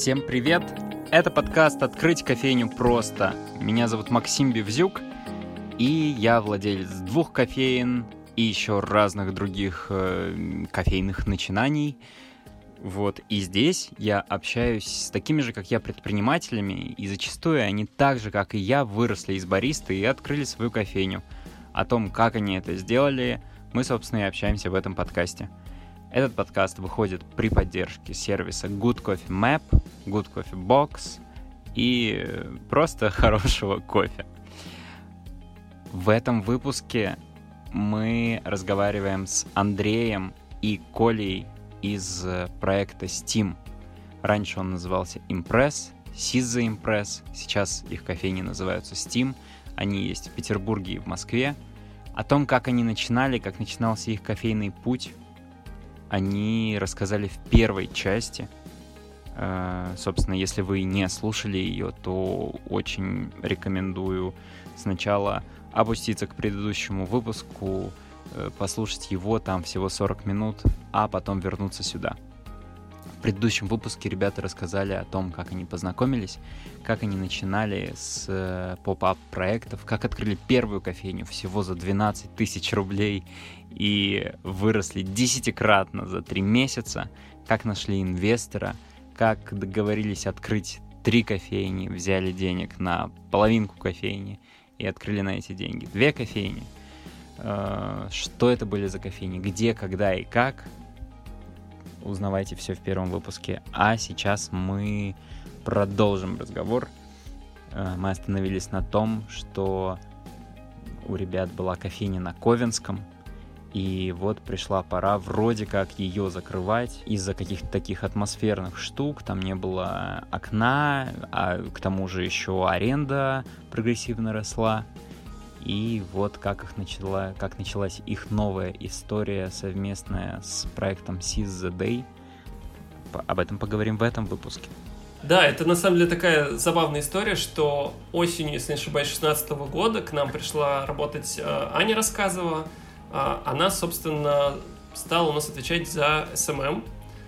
Всем привет! Это подкаст «Открыть кофейню просто». Меня зовут Максим Бевзюк, и я владелец 2 кофеен и еще разных других кофейных начинаний. И здесь я общаюсь с такими же, как я, предпринимателями, и зачастую они так же, как и я, выросли из баристы и открыли свою кофейню. О том, как они это сделали, мы, собственно, и общаемся в этом подкасте. Этот подкаст выходит при поддержке сервиса Good Coffee Map, Good Coffee Box и просто хорошего кофе. В этом выпуске мы разговариваем с Андреем и Колей из проекта Steam. Раньше он назывался Impress, Sizza Impress, сейчас их кофейни называются Steam. Они есть в Петербурге и в Москве. О том, как они начинали, как начинался их кофейный путь, они рассказали в первой части. Собственно, если вы не слушали ее, то очень рекомендую сначала опуститься к предыдущему выпуску, послушать его, там всего 40 минут, а потом вернуться сюда. В предыдущем выпуске ребята рассказали о том, как они познакомились, как они начинали с поп-ап проектов, как открыли первую кофейню всего за 12 тысяч рублей и выросли 10-кратно за 3 месяца, как нашли инвестора, как договорились открыть 3 кофейни, взяли денег на половинку кофейни и открыли на эти деньги 2 кофейни. Что это были за кофейни, где, когда и как, узнавайте все в первом выпуске. А сейчас мы продолжим разговор. Мы остановились на том, что у ребят была кофейня на Ковенском, и вот пришла пора вроде как ее закрывать из-за каких-то таких атмосферных штук. Там не было окна, а к тому же еще аренда прогрессивно росла. И вот как началась их новая история совместная с проектом Sizza Day. Об этом поговорим в этом выпуске. Да, это на самом деле такая забавная история, что осенью, если не ошибаюсь, 2016 года к нам пришла работать Аня Рассказова. Она, собственно, стала у нас отвечать за SMM.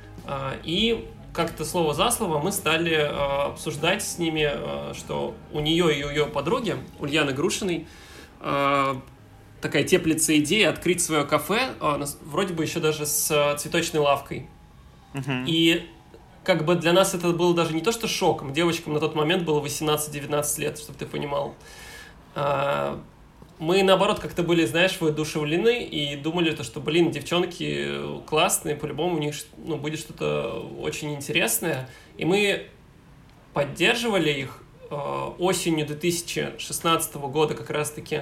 И как-то слово за слово мы стали обсуждать с ними, что у нее и у ее подруги, Ульяны Грушиной, такая теплится идея открыть свое кафе, вроде бы еще даже с цветочной лавкой. Uh-huh. И как бы для нас это было даже не то что шоком, девочкам на тот момент было 18-19 лет, чтобы ты понимал. Мы, наоборот, как-то были, знаешь, воодушевлены и думали, что, девчонки классные, по-любому у них будет что-то очень интересное. И мы поддерживали их. Осенью 2016 года как раз-таки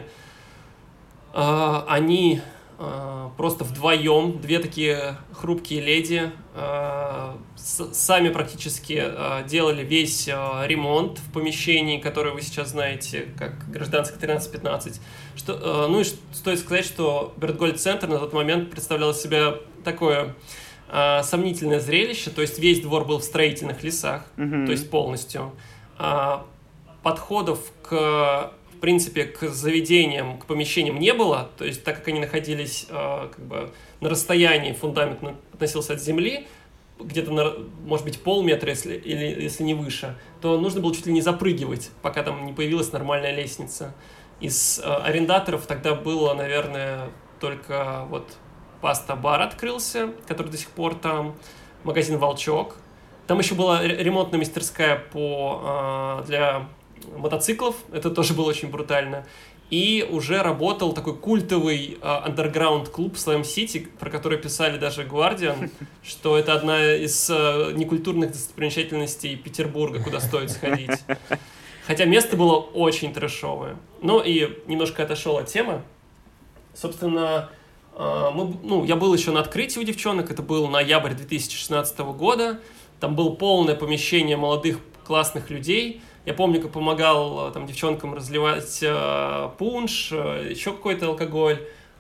они просто вдвоем, 2 такие хрупкие леди, сами практически делали весь ремонт в помещении, которое вы сейчас знаете, как Гражданская 13-15. И стоит сказать, что Бертгольд-центр на тот момент представлял из себя такое сомнительное зрелище, то есть весь двор был в строительных лесах, то есть полностью. Подходов в принципе, к заведениям, к помещениям не было, то есть так как они находились на расстоянии, фундамент относился от земли, где-то, может быть, полметра, если не выше, то нужно было чуть ли не запрыгивать, пока там не появилась нормальная лестница. Из арендаторов тогда было, наверное, только Паста-бар открылся, который до сих пор там, магазин «Волчок». Там еще была ремонтная мастерская для мотоциклов, это тоже было очень брутально. И уже работал такой культовый андерграунд-клуб Slam City, про который писали даже Guardian, что это одна из некультурных достопримечательностей Петербурга, куда стоит сходить. Хотя место было очень трэшовое. И немножко отошел от темы. Собственно, я был еще на открытии у девчонок, это был ноябрь 2016 года. Там было полное помещение молодых классных людей. Я помню, как помогал девчонкам разливать пунш, еще какой-то алкоголь.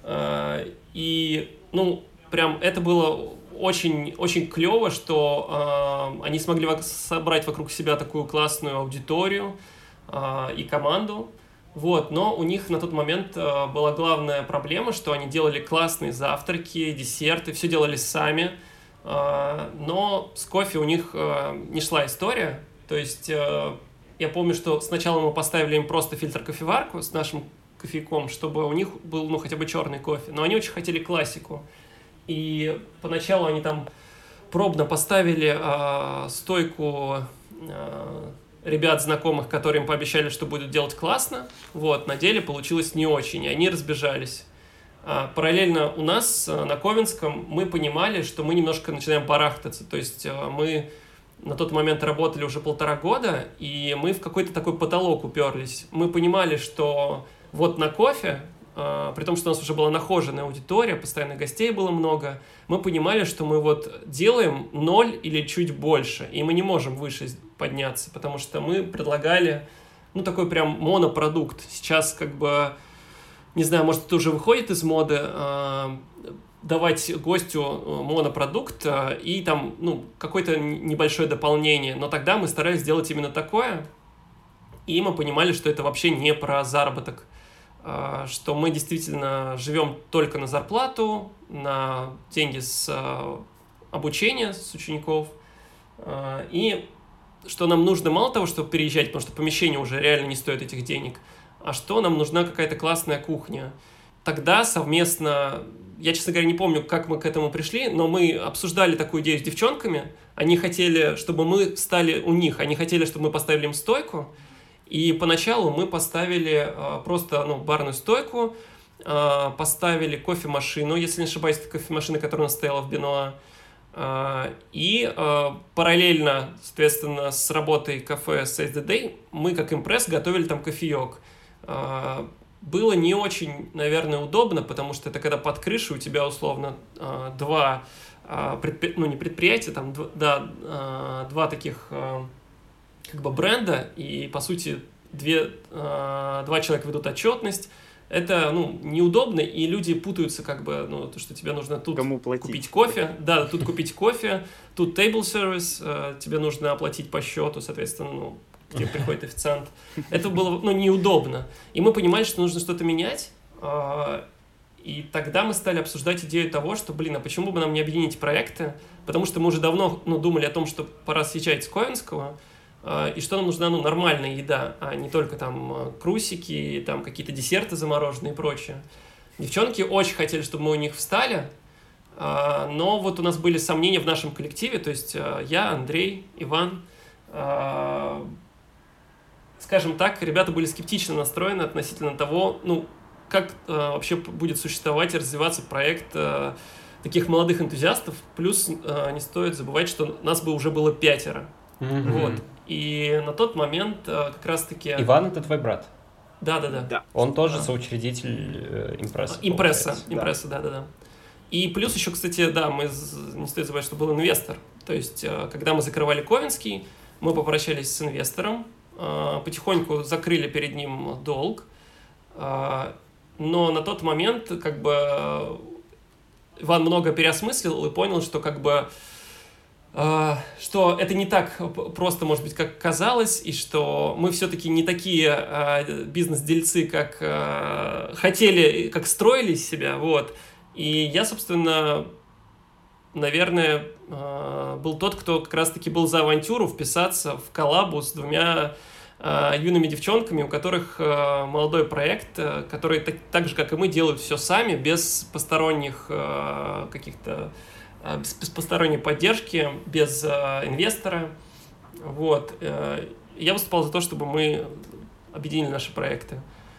И, прям это было очень, очень клево, что они смогли собрать вокруг себя такую классную аудиторию и команду. Но у них на тот момент была главная проблема, что они делали классные завтраки, десерты, все делали сами. Но с кофе у них не шла история. То есть я помню, что сначала мы поставили им просто фильтр-кофеварку с нашим кофейком, чтобы у них был хотя бы черный кофе. Но они очень хотели классику. И поначалу они там пробно поставили стойку ребят знакомых, которые им пообещали, что будут делать классно. Вот, на деле получилось не очень, и они разбежались. Параллельно у нас на Ковенском мы понимали, что мы немножко начинаем барахтаться. То есть мы на тот момент работали уже 1,5 года, и мы в какой-то такой потолок уперлись. Мы понимали, что вот на кофе, при том, что у нас уже была нахоженная аудитория, постоянно гостей было много, мы понимали, что мы вот делаем 0 или чуть больше, и мы не можем выше подняться, потому что мы предлагали, такой прям монопродукт. Сейчас как бы, не знаю, может, это уже выходит из моды, давать гостю монопродукт и там, какое-то небольшое дополнение, но тогда мы старались сделать именно такое, и мы понимали, что это вообще не про заработок, что мы действительно живем только на зарплату, на деньги с обучения с учеников, и что нам нужно мало того, чтобы переезжать, потому что помещение уже реально не стоит этих денег, а что нам нужна какая-то классная кухня. Тогда совместно, я, честно говоря, не помню, как мы к этому пришли, но мы обсуждали такую идею с девчонками, они хотели, чтобы мы стали у них, они хотели, чтобы мы поставили им стойку. И поначалу мы поставили просто барную стойку, поставили кофемашину, если не ошибаюсь, это кофемашина, которая у нас стояла в Бенуа, и параллельно, соответственно, с работой кафе Save the Day мы, как импресс, готовили там кофеек. Было не очень, наверное, удобно, потому что это когда под крышей у тебя условно два не предприятия, там два таких как бы бренда, и, по сути, два человека ведут отчетность. Это, неудобно, и люди путаются, как бы, то, что тебе нужно тут купить кофе, тут купить кофе, тут table service, тебе нужно оплатить по счету, соответственно, где приходит официант. Это было, неудобно. И мы понимали, что нужно что-то менять, и тогда мы стали обсуждать идею того, что, а почему бы нам не объединить проекты, потому что мы уже давно, думали о том, что пора съезжать с Ковенского, и что нам нужна, нормальная еда, а не только там крусики, там какие-то десерты замороженные и прочее. Девчонки очень хотели, чтобы мы у них встали, но вот у нас были сомнения в нашем коллективе, то есть я, Андрей, Иван, скажем так, ребята были скептично настроены относительно того, как вообще будет существовать и развиваться проект таких молодых энтузиастов, плюс не стоит забывать, что нас бы уже было 5. Вот. И на тот момент как раз-таки... Иван — это твой брат? Да. Он тоже соучредитель импресса. Импресса, да. И плюс еще, кстати, не стоит забывать, что был инвестор. То есть, когда мы закрывали Ковенский, мы попрощались с инвестором, потихоньку закрыли перед ним долг, но на тот момент как бы Иван много переосмыслил и понял, что как бы что это не так просто, может быть, как казалось, и что мы все-таки не такие бизнес-дельцы, как хотели, как строили из себя, вот. И я, собственно, наверное, был тот, кто как раз-таки был за авантюру вписаться в коллабу с 2 юными девчонками, у которых молодой проект, которые так же, как и мы, делают все сами, без посторонних каких-то без посторонней поддержки, без инвестора. Вот. Я выступал за то, чтобы мы объединили наши проекты.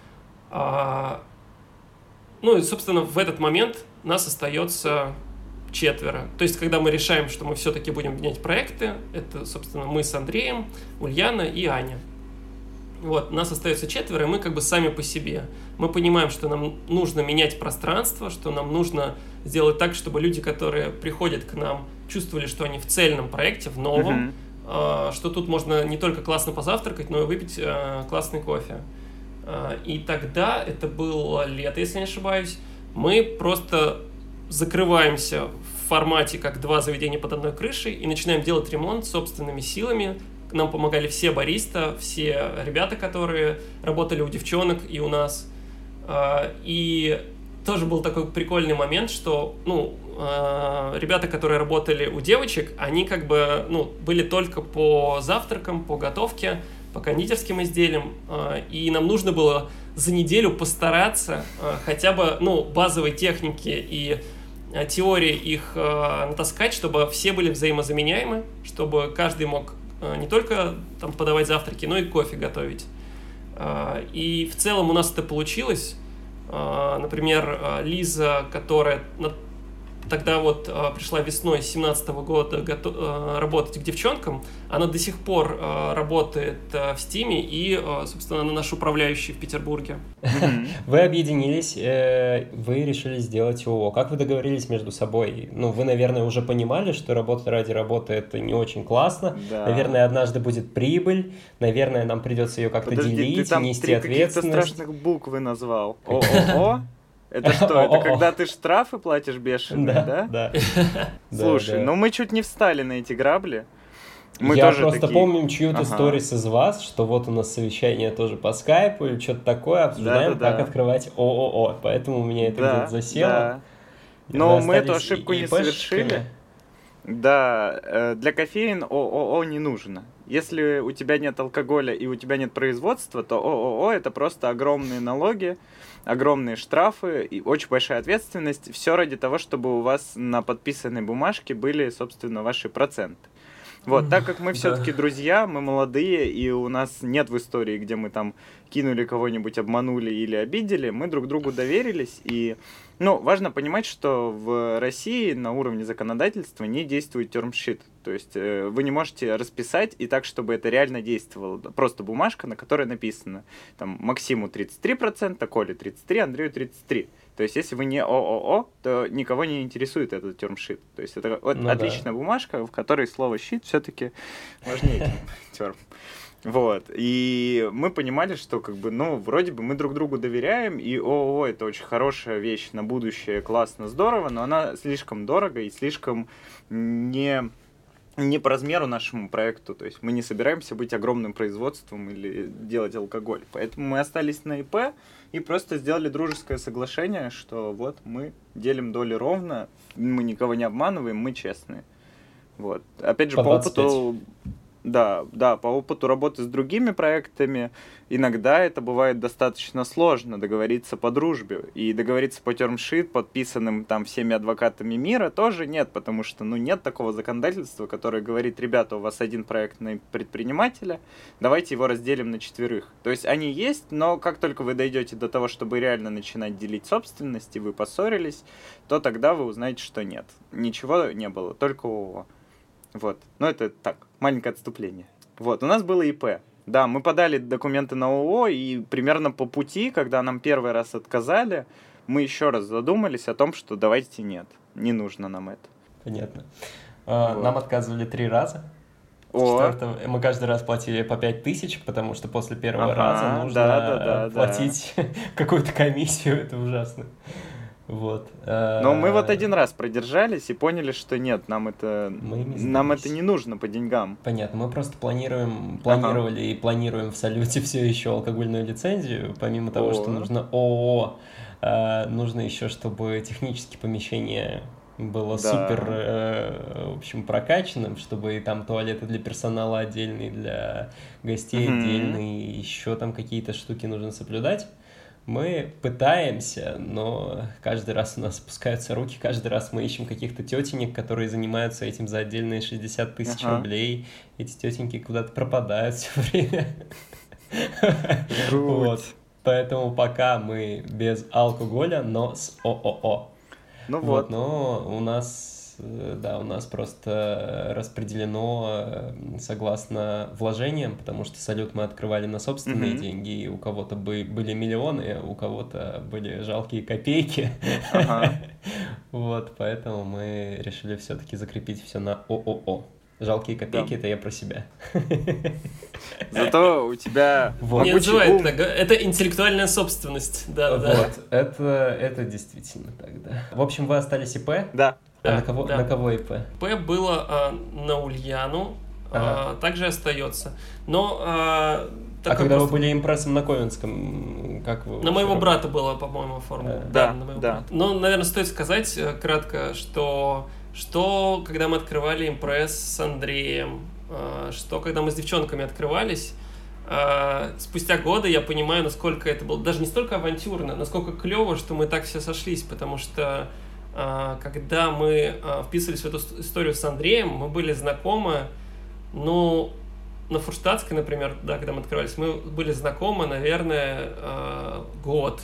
И, собственно, в этот момент нас остается 4. То есть, когда мы решаем, что мы все-таки будем объединять проекты, это, собственно, мы с Андреем, Ульяна и Аня. Вот, нас остается 4, и мы как бы сами по себе. Мы понимаем, что нам нужно менять пространство, что нам нужно сделать так, чтобы люди, которые приходят к нам, чувствовали, что они в цельном проекте, в новом, что тут можно не только классно позавтракать, но и выпить классный кофе. И тогда, это было лето, если не ошибаюсь, мы просто закрываемся в формате как 2 заведения под одной крышей и начинаем делать ремонт собственными силами. Нам помогали все бариста, все ребята, которые работали у девчонок и у нас. И тоже был такой прикольный момент, что, ребята, которые работали у девочек, они как бы, были только по завтракам, по готовке, по кондитерским изделиям, и нам нужно было за неделю постараться хотя бы, базовой техники и теории их натаскать, чтобы все были взаимозаменяемы, чтобы каждый мог не только там подавать завтраки, но и кофе готовить. И в целом у нас это получилось. Например, Лиза, которая тогда вот пришла весной 2017 года работать к девчонкам, она до сих пор работает в Стиме и, собственно, она наш управляющий в Петербурге. Вы объединились, вы решили сделать ООО. Как вы договорились между собой? Вы, наверное, уже понимали, что работа ради работы — это не очень классно. Да. Наверное, однажды будет прибыль. Наверное, нам придется ее как-то делить, ты там нести ответственность. Ты каких-то страшных букв назвал. ООО? Это что? Это когда ты штрафы платишь бешеные, да? Да. Слушай, мы чуть не встали на эти грабли. Я просто помню чью-то сторис из вас, что вот у нас совещание тоже по скайпу или что-то такое, обсуждаем, как открывать ООО. Поэтому у меня это где-то засело. Но мы эту ошибку не совершили. Да, для кофеин ООО не нужно. Если у тебя нет алкоголя и у тебя нет производства, то ООО — это просто огромные налоги, огромные штрафы и очень большая ответственность. Все ради того, чтобы у вас на подписанной бумажке были, собственно, ваши проценты. Вот, так как мы все-таки друзья, мы молодые, и у нас нет в истории, где мы там кинули кого-нибудь, обманули или обидели, мы друг другу доверились, и, важно понимать, что в России на уровне законодательства не действует term-sheet, то есть вы не можете расписать и так, чтобы это реально действовало, просто бумажка, на которой написано, там, Максиму 33%, Коле 33%, Андрею 33%. То есть, если вы не ООО, то никого не интересует этот term-sheet. То есть, это отличная бумажка, в которой слово «щит» все-таки важнее, чем term. Вот. И мы понимали, что, вроде бы мы друг другу доверяем, и ООО — это очень хорошая вещь на будущее, классно, здорово, но она слишком дорого и слишком не по размеру нашему проекту. То есть, мы не собираемся быть огромным производством или делать алкоголь. Поэтому мы остались на ИП и просто сделали дружеское соглашение, что вот мы делим доли ровно, мы никого не обманываем, мы честные. Вот. Опять же, по опыту... Да, по опыту работы с другими проектами иногда это бывает достаточно сложно договориться по дружбе. И договориться по term-sheet, подписанным там всеми адвокатами мира, тоже нет, потому что, нет такого законодательства, которое говорит: ребята, у вас один проект на предпринимателя, давайте его разделим на 4. То есть они есть, но как только вы дойдете до того, чтобы реально начинать делить собственность, и вы поссорились, то тогда вы узнаете, что нет. Ничего не было, только ООО. Вот. Это так, маленькое отступление. Вот, у нас было ИП. Да, мы подали документы на ООО, и примерно по пути, когда нам первый раз отказали, мы еще раз задумались о том, что давайте нет, не нужно нам это. Понятно. Нам отказывали 3 раза. Четвертого мы каждый раз платили по 5000, потому что после первого раза нужно платить какую-то комиссию, это ужасно. Вот. Но мы один раз продержались и поняли, что нет, нам это не нужно по деньгам. Понятно, мы просто планировали и планируем в Салюте все еще алкогольную лицензию, помимо того, что нужно ООО, нужно еще, чтобы технические помещения было супер, в общем, прокачанным, чтобы и там туалеты для персонала отдельные, для гостей отдельные, еще там какие-то штуки нужно соблюдать. Мы пытаемся, но каждый раз у нас спускаются руки, каждый раз мы ищем каких-то тетенек, которые занимаются этим за отдельные 60 000 рублей. Эти тетеньки куда-то пропадают все время. Вот. Поэтому пока мы без алкоголя, но с ООО. Вот. Но у нас просто распределено согласно вложениям, потому что Салют мы открывали на собственные деньги, и у кого-то были миллионы, у кого-то были жалкие копейки. Вот, поэтому мы решили все-таки закрепить все на ООО. Жалкие копейки, это я про себя. Зато у тебя... Не называй так, это интеллектуальная собственность. Вот, это действительно так, да. В общем, вы остались ИП? Да. На кого ИП? ИП было на Ульяну, также остается. Но... когда вы были импрессом на Ковенском, как вы... На моего брата было, по-моему, оформлено. Да, на моего да. брата. Но, наверное, стоит сказать кратко, что когда мы открывали импресс с Андреем, что когда мы с девчонками открывались, спустя годы я понимаю, насколько это было даже не столько авантюрно, насколько клево, что мы так все сошлись, потому что когда мы вписывались в эту историю с Андреем, мы были знакомы, ну, на Фурштадтской, например, да, когда мы открывались, мы были знакомы, наверное, год.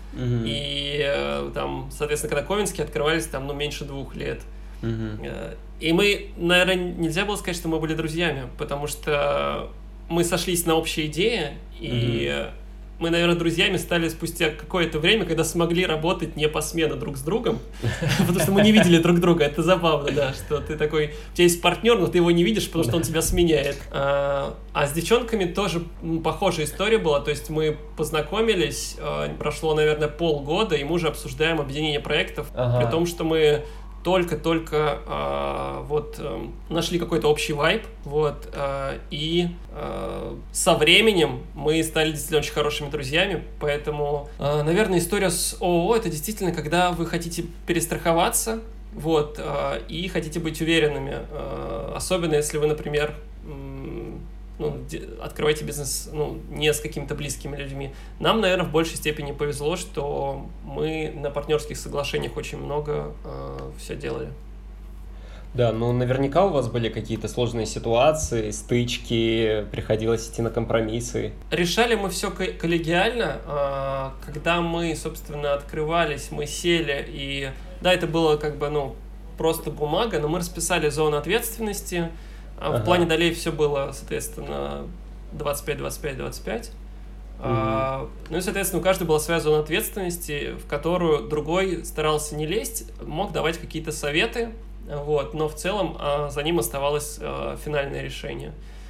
И там, соответственно, когда Ковенские открывались, там, ну, меньше 2 лет. И мы, наверное, нельзя было сказать, что мы были друзьями, потому что мы сошлись на общей идее, и мы, наверное, друзьями стали спустя какое-то время, когда смогли работать не посменно друг с другом, потому что мы не видели друг друга. Это забавно, да, что ты такой, у тебя есть партнер, но ты его не видишь, потому что он тебя сменяет. А с девчонками тоже похожая история была, то есть мы познакомились, прошло, наверное, полгода, и мы уже обсуждаем объединение проектов, при том, что мы только-только нашли какой-то общий вайб, и со временем мы стали действительно очень хорошими друзьями, поэтому, наверное, история с ООО — это действительно, когда вы хотите перестраховаться, и хотите быть уверенными, особенно если вы, например, открываете бизнес не с какими-то близкими людьми. Нам, наверное, в большей степени повезло, что мы на партнерских соглашениях очень много все делали. Да, наверняка у вас были какие-то сложные ситуации, стычки, приходилось идти на компромиссы. Решали мы все коллегиально. Когда мы, собственно, открывались, мы сели, и да, это было просто бумага, но мы расписали зону ответственности. В плане долей все было, соответственно, 25-25-25. И, соответственно, у каждого была своя зона ответственности, в которую другой старался не лезть, мог давать какие-то советы, но в целом за ним оставалось финальное решение.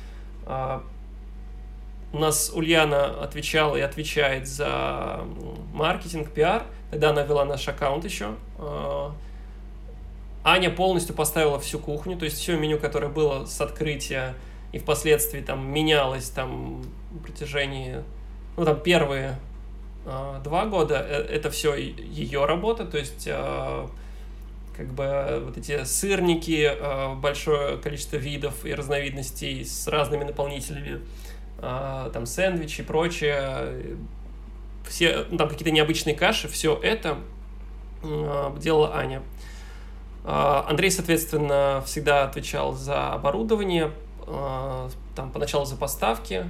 У нас Ульяна отвечала и отвечает за маркетинг, пиар, тогда она вела наш аккаунт еще. Аня полностью поставила всю кухню, то есть все меню, которое было с открытия и впоследствии менялось на протяжении, первые 2 года, это все ее работа, то есть эти сырники, большое количество видов и разновидностей с разными наполнителями, сэндвичи и прочее, все, какие-то необычные каши, все это делала Аня. Андрей, соответственно, всегда отвечал за оборудование, поначалу за поставки.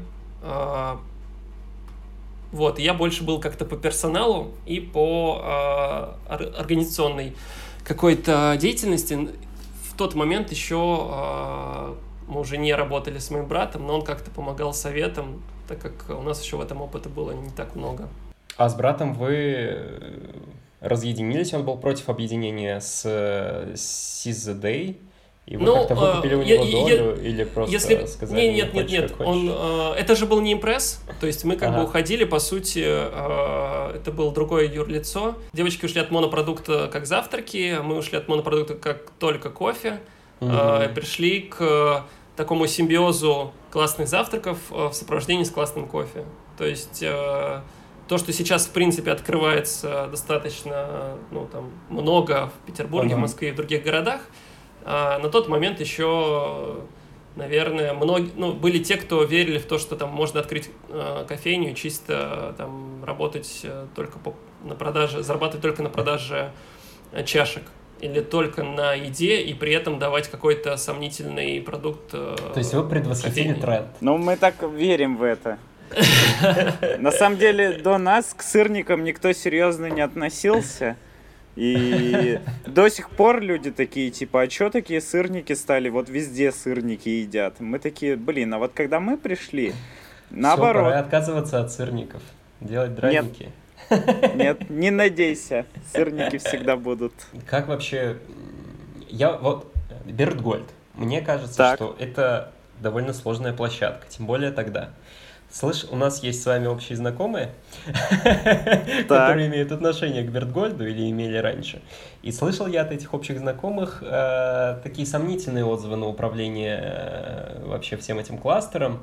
Я больше был как-то по персоналу и по организационной какой-то деятельности. В тот момент еще мы уже не работали с моим братом, но он как-то помогал советом, так как у нас еще в этом опыта было не так много. А с братом вы разъединились, он был против объединения с Seize the Day, и вы как-то выкупили у него долю, или просто сказали... Нет, это же был не импресс, то есть мы уходили, по сути, это было другое юрлицо. Девочки ушли от монопродукта как завтраки, мы ушли от монопродукта как только кофе, пришли к такому симбиозу классных завтраков в сопровождении с классным кофе. То есть... То, что сейчас, в принципе, открывается достаточно, много в Петербурге, в Москве и в других городах, на тот момент еще, наверное, были те, кто верили в то, что там можно открыть кофейню и чисто работать только на продаже, зарабатывать только на продаже чашек или только на еде и при этом давать какой-то сомнительный продукт. То есть вы предвосхитили тренд. Мы так верим в это. На самом деле, до нас к сырникам никто серьезно не относился. И до сих пор люди такие, а что такие сырники стали? Везде сырники едят. Мы такие, а когда мы пришли, наоборот. Все, пора отказываться от сырников, делать драники. Нет, не надейся, сырники всегда будут. Как вообще... Бертгольд. Мне кажется, что это довольно сложная площадка, тем более тогда. Слышь, у нас есть с вами общие знакомые, которые имеют отношение к Бертгольду или имели раньше. И слышал я от этих общих знакомых такие сомнительные отзывы на управление вообще всем этим кластером.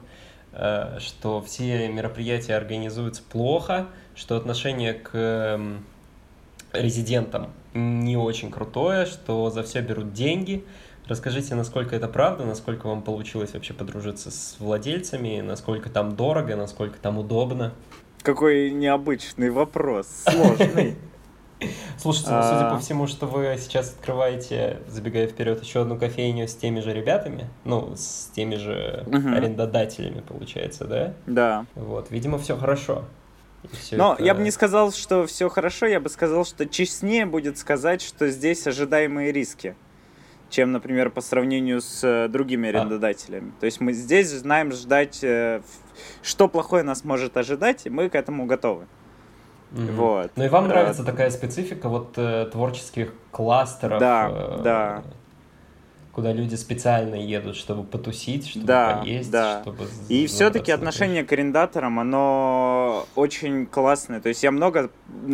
что все мероприятия организуются плохо, что отношение к резидентам не очень крутое, что за все берут деньги. Расскажите, насколько это правда, насколько вам получилось вообще подружиться с владельцами, насколько там дорого, насколько там удобно. Какой необычный вопрос, сложный. Слушайте, ну, судя по всему, что вы сейчас открываете, забегая вперед, еще одну кофейню с теми же ребятами, ну, с теми же арендодателями, получается, да? Да. Вот, видимо, все хорошо. Но я бы не сказал, что все хорошо, я бы сказал, что честнее будет сказать, что здесь ожидаемые риски, чем, например, по сравнению с другими арендодателями. То есть мы здесь знаем ждать, что плохое нас может ожидать, и мы к этому готовы. Вот. Ну и вам нравится такая специфика вот творческих кластеров, да. Куда люди специально едут, чтобы потусить, чтобы поесть, чтобы... И все-таки отношение к арендаторам, оно очень классное. То есть я много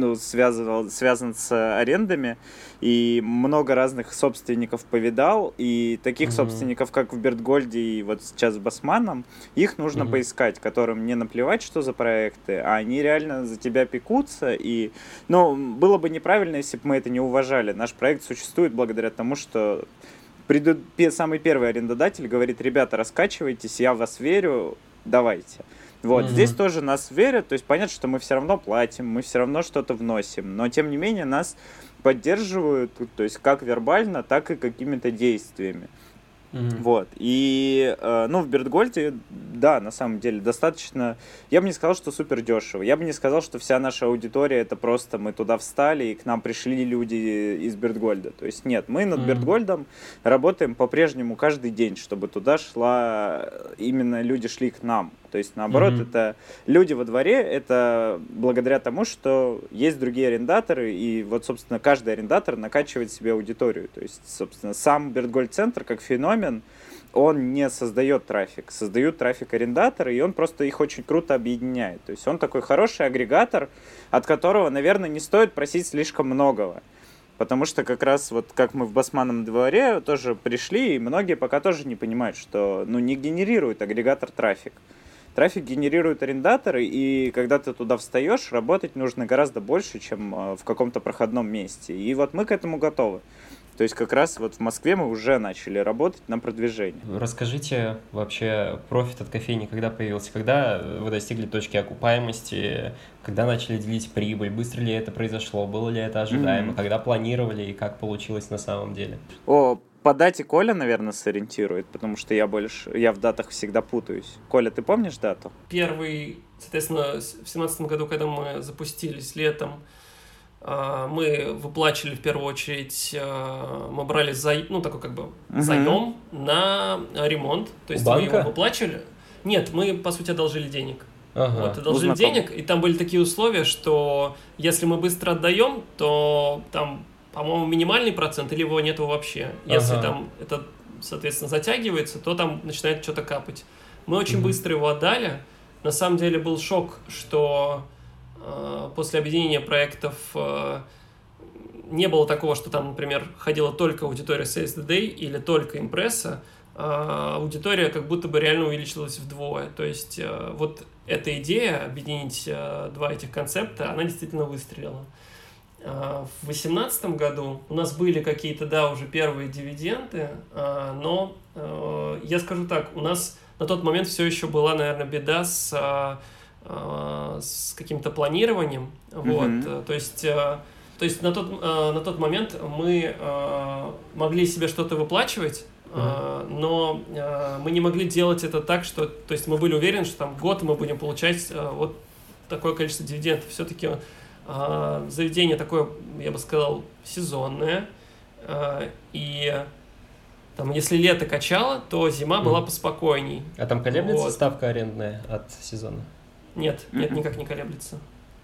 связан с арендами, и много разных собственников повидал, и таких собственников, как в Бертгольде и вот сейчас в Басманном, их нужно поискать, которым не наплевать, что за проекты, а они реально за тебя пекутся, и, было бы неправильно, если бы мы это не уважали. Наш проект существует благодаря тому, что самый первый арендодатель говорит: ребята, раскачивайтесь, я в вас верю, давайте. Вот, здесь тоже нас верят, то есть понятно, что мы все равно платим, мы все равно что-то вносим, но тем не менее нас поддерживают, то есть как вербально, так и какими-то действиями. Вот, и, в Бертгольде, да, на самом деле, достаточно, я бы не сказал, что супер дешево, я бы не сказал, что вся наша аудитория, это просто мы туда встали, и к нам пришли люди из Бертгольда, то есть нет, мы над Бертгольдом работаем по-прежнему каждый день, чтобы туда именно люди шли к нам, то есть наоборот, это люди во дворе, это благодаря тому, что есть другие арендаторы, и вот, собственно, каждый арендатор накачивает себе аудиторию, то есть, собственно, сам Бертгольд-центр как феномен, он не создает трафик, создают трафик арендаторы, и он просто их очень круто объединяет. То есть он такой хороший агрегатор, от которого, наверное, не стоит просить слишком многого. Потому что как раз вот как мы в Басманном дворе тоже пришли, и многие пока тоже не понимают, что не генерирует агрегатор трафик. Трафик генерируют арендаторы, и когда ты туда встаешь, работать нужно гораздо больше, чем в каком-то проходном месте. И вот мы к этому готовы. То есть как раз вот в Москве мы уже начали работать на продвижение. Расскажите вообще, профит от кофейни когда появился? Когда вы достигли точки окупаемости? Когда начали делить прибыль? Быстро ли это произошло? Было ли это ожидаемо? Когда планировали и как получилось на самом деле? По дате Коля, наверное, сориентирует, потому что я в датах всегда путаюсь. Коля, ты помнишь дату? Соответственно, в 2017 году, когда мы запустились летом, мы выплачивали в первую очередь, мы брали такой как бы заем на ремонт, то есть мы его выплачивали. Нет, мы по сути одолжили денег. Одолжили денег, и там были такие условия, что если мы быстро отдаем, то там, по-моему, минимальный процент или его нету вообще. Если там это, соответственно, затягивается, то там начинает что-то капать. Мы очень быстро его отдали. На самом деле был шок, что после объединения проектов не было такого, что там, например, ходила только аудитория Sales the Day или только импресса, аудитория как будто бы реально увеличилась вдвое. То есть вот эта идея объединить два этих концепта, она действительно выстрелила. В 2018 году у нас были какие-то, уже первые дивиденды, но я скажу так, у нас на тот момент все еще была, наверное, беда с каким-то планированием, то есть на тот момент мы могли себе что-то выплачивать, но мы не могли делать это так, что, то есть мы были уверены, что там год мы будем получать вот такое количество дивидендов. Все-таки заведение такое, я бы сказал, сезонное, и там, если лето качало, то зима была поспокойней. А там колеблется ставка арендная от сезона? Нет, никак не колеблется.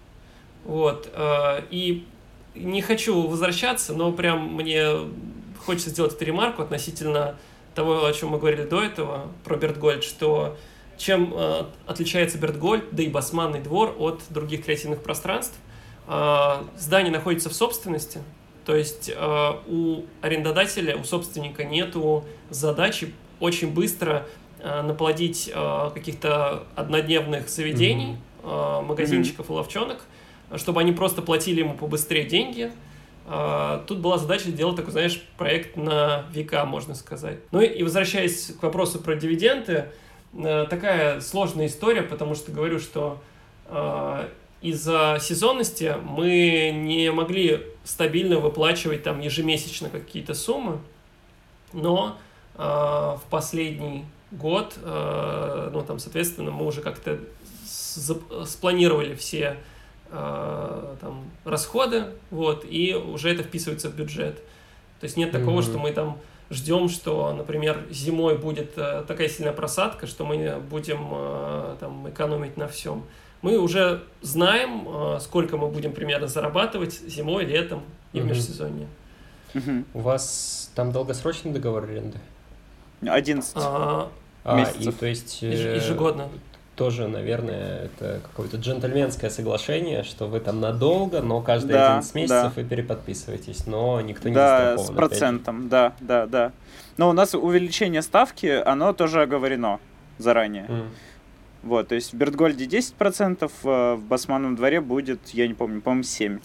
И не хочу возвращаться, но прям мне хочется сделать эту ремарку относительно того, о чем мы говорили до этого, про Бертгольд, что чем отличается Бертгольд, да и Басманный двор от других креативных пространств. Здание находится в собственности, то есть у арендодателя, у собственника нету задачи очень быстро наплодить каких-то однодневных заведений, магазинчиков и лавчонок, чтобы они просто платили ему побыстрее деньги. Тут была задача сделать такой, знаешь, проект на века, можно сказать. Ну и возвращаясь к вопросу про дивиденды, такая сложная история, потому что говорю, что из-за сезонности мы не могли стабильно выплачивать там ежемесячно какие-то суммы, но в последний год, ну там, соответственно, мы уже как-то спланировали все там расходы, вот, и уже это вписывается в бюджет. То есть нет такого, что мы там ждем, что, например, зимой будет такая сильная просадка, что мы будем там экономить на всем. Мы уже знаем, сколько мы будем примерно зарабатывать зимой, летом и в межсезонье. У вас там долгосрочный договор аренды? 11 месяцев. И то есть ежегодно. Тоже, наверное, это какое-то джентльменское соглашение, что вы там надолго, но каждые 11 месяцев вы переподписываетесь, но никто не застрахован. Да, с процентом, да. Но у нас увеличение ставки, оно тоже оговорено заранее. Вот, то есть в Бертгольде 10%, в Басманном дворе будет, я не помню, по-моему, 7.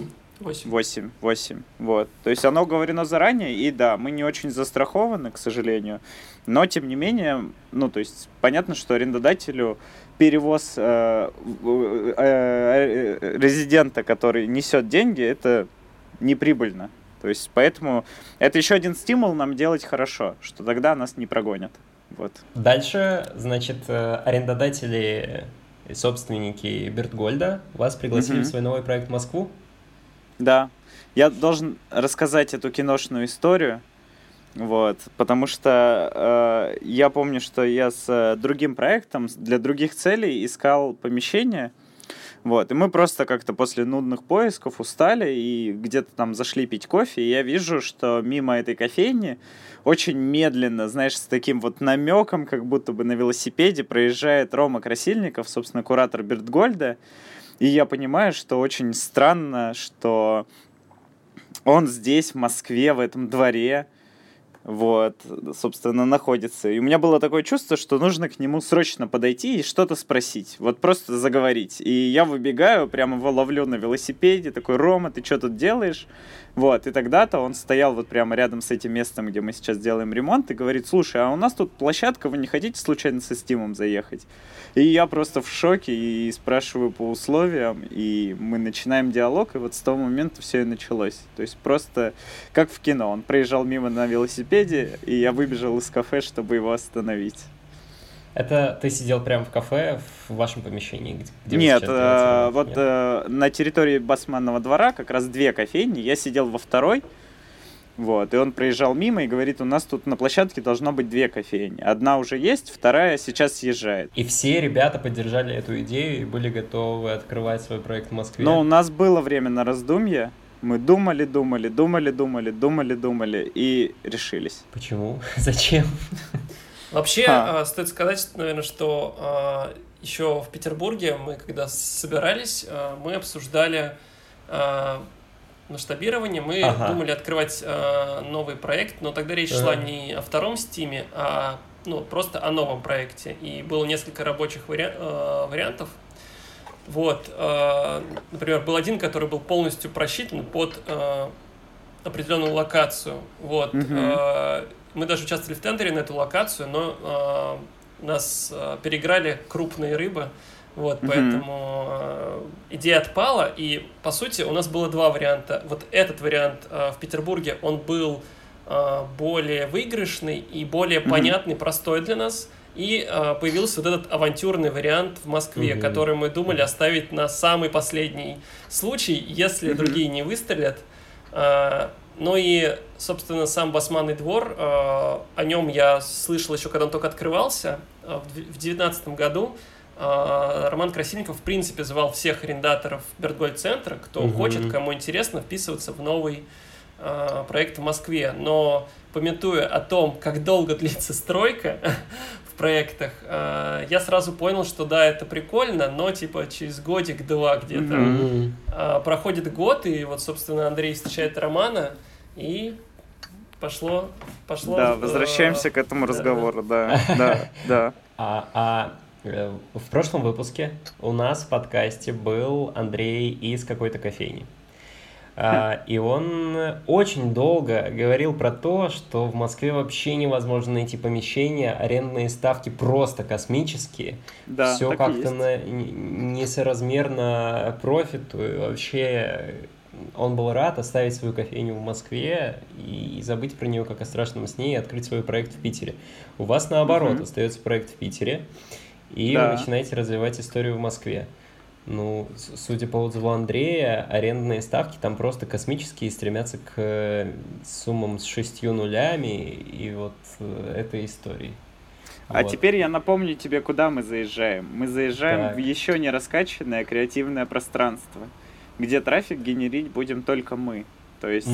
8. Вот. То есть оно говорено заранее, и да, мы не очень застрахованы, к сожалению. Но, тем не менее, ну, то есть понятно, что арендодателю перевоз резидента, который несет деньги, это неприбыльно. То есть поэтому это еще один стимул нам делать хорошо, что тогда нас не прогонят. Вот. Дальше, значит, арендодатели и собственники Бертгольда вас пригласили в свой новый проект в Москву? Да, я должен рассказать эту киношную историю, вот, потому что я помню, что я с другим проектом для других целей искал помещение, вот, и мы просто как-то после нудных поисков устали и где-то там зашли пить кофе, и я вижу, что мимо этой кофейни очень медленно, знаешь, с таким вот намеком, как будто бы на велосипеде проезжает Рома Красильников, собственно, куратор Бертгольда. И я понимаю, что очень странно, что он здесь, в Москве, в этом дворе, вот, собственно, находится. И у меня было такое чувство, что нужно к нему срочно подойти и что-то спросить, вот просто заговорить. И я выбегаю, прямо его ловлю на велосипеде, такой: Рома, ты что тут делаешь? Вот, и тогда-то он стоял вот прямо рядом с этим местом, где мы сейчас делаем ремонт, и говорит: слушай, а у нас тут площадка, вы не хотите случайно со Стимом заехать? И я просто в шоке и спрашиваю по условиям, и мы начинаем диалог, и вот с того момента все и началось. То есть просто как в кино, он проезжал мимо на велосипеде, и я выбежал из кафе, чтобы его остановить. Это ты сидел прямо в кафе в вашем помещении? Где Нет, вот на территории Басманного двора как раз 2 кофейни, я сидел во второй, вот, и он проезжал мимо и говорит: у нас тут на площадке должно быть 2 кофейни. Одна уже есть, вторая сейчас съезжает. И все ребята поддержали эту идею и были готовы открывать свой проект в Москве? Но у нас было время на раздумье. Мы думали и решились. Почему? Зачем? Вообще, стоит сказать, наверное, что еще в Петербурге мы, когда собирались, мы обсуждали масштабирование, мы думали открывать новый проект, но тогда речь шла не о втором Стиме, а просто о новом проекте. И было несколько рабочих вариантов. Вот, например, был один, который был полностью просчитан под определенную локацию. Вот. Мы даже участвовали в тендере на эту локацию, но нас переиграли крупные рыбы, вот, поэтому идея отпала, и, по сути, у нас было 2 варианта. Вот этот вариант в Петербурге, он был более выигрышный и более понятный, простой для нас, и появился вот этот авантюрный вариант в Москве, который мы думали оставить на самый последний случай, если другие не выстрелят. Ну и, собственно, сам Басманный двор, о нем я слышал еще, когда он только открывался, в 2019 году. Роман Красильников, в принципе, звал всех арендаторов Бертгольд-центра, кто хочет, кому интересно, вписываться в новый проект в Москве. Но, памятуя о том, как долго длится стройка в проектах, я сразу понял, что да, это прикольно, но типа через годик-два где-то проходит год, и вот, собственно, Андрей встречает Романа, и Пошло. Да, возвращаемся к этому разговору, да. В прошлом выпуске у нас в подкасте был Андрей из какой-то кофейни. И он очень долго говорил про то, что в Москве вообще невозможно найти помещения, арендные ставки просто космические. Да, все как-то несоразмерно профиту. И вообще он был рад оставить свою кофейню в Москве и забыть про нее как о страшном сне и открыть свой проект в Питере. У вас наоборот, остается проект в Питере, и вы начинаете развивать историю в Москве. Ну, судя по отзыву Андрея, арендные ставки там просто космические, стремятся к суммам с 6 нулями, и вот этой истории. А теперь я напомню тебе, куда мы заезжаем. Мы заезжаем в еще не раскачанное креативное пространство, где трафик генерить будем только мы. То есть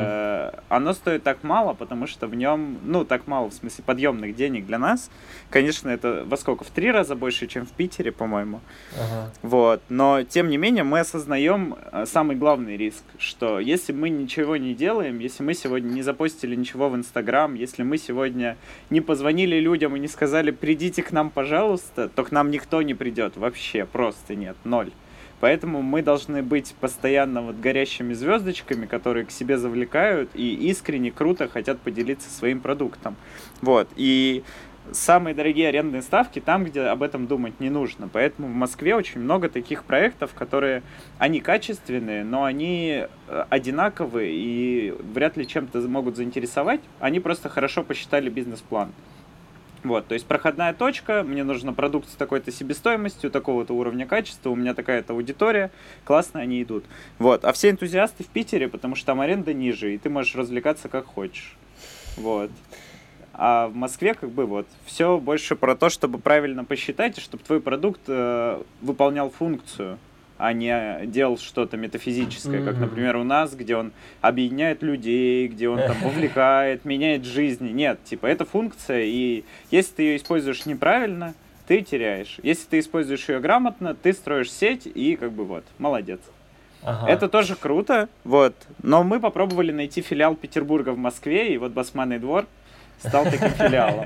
оно стоит так мало, потому что в нем, так мало, в смысле, подъемных денег для нас. Конечно, это во сколько? В 3 раза больше, чем в Питере, по-моему. Вот. Но, тем не менее, мы осознаем самый главный риск, что если мы ничего не делаем, если мы сегодня не запостили ничего в Инстаграм, если мы сегодня не позвонили людям и не сказали «придите к нам, пожалуйста», то к нам никто не придет. Вообще, просто нет, 0. Поэтому мы должны быть постоянно вот горящими звездочками, которые к себе завлекают и искренне круто хотят поделиться своим продуктом. Вот. И самые дорогие арендные ставки там, где об этом думать не нужно. Поэтому в Москве очень много таких проектов, которые, они качественные, но они одинаковые и вряд ли чем-то могут заинтересовать. Они просто хорошо посчитали бизнес-план. Вот, то есть проходная точка, мне нужно продукт с такой-то себестоимостью, такого-то уровня качества, у меня такая-то аудитория, классно они идут. Вот, а все энтузиасты в Питере, потому что там аренда ниже, и ты можешь развлекаться как хочешь. Вот. А в Москве как бы вот все больше про то, чтобы правильно посчитать, и чтобы твой продукт выполнял функцию, а не делал что-то метафизическое, как, например, у нас, где он объединяет людей, где он там вовлекает, меняет жизни. Нет, типа, это функция, и если ты ее используешь неправильно, ты теряешь. Если ты используешь ее грамотно, ты строишь сеть, и как бы вот, молодец. Это тоже круто, вот. Но мы попробовали найти филиал Петербурга в Москве, и вот Басманный двор стал таким филиалом.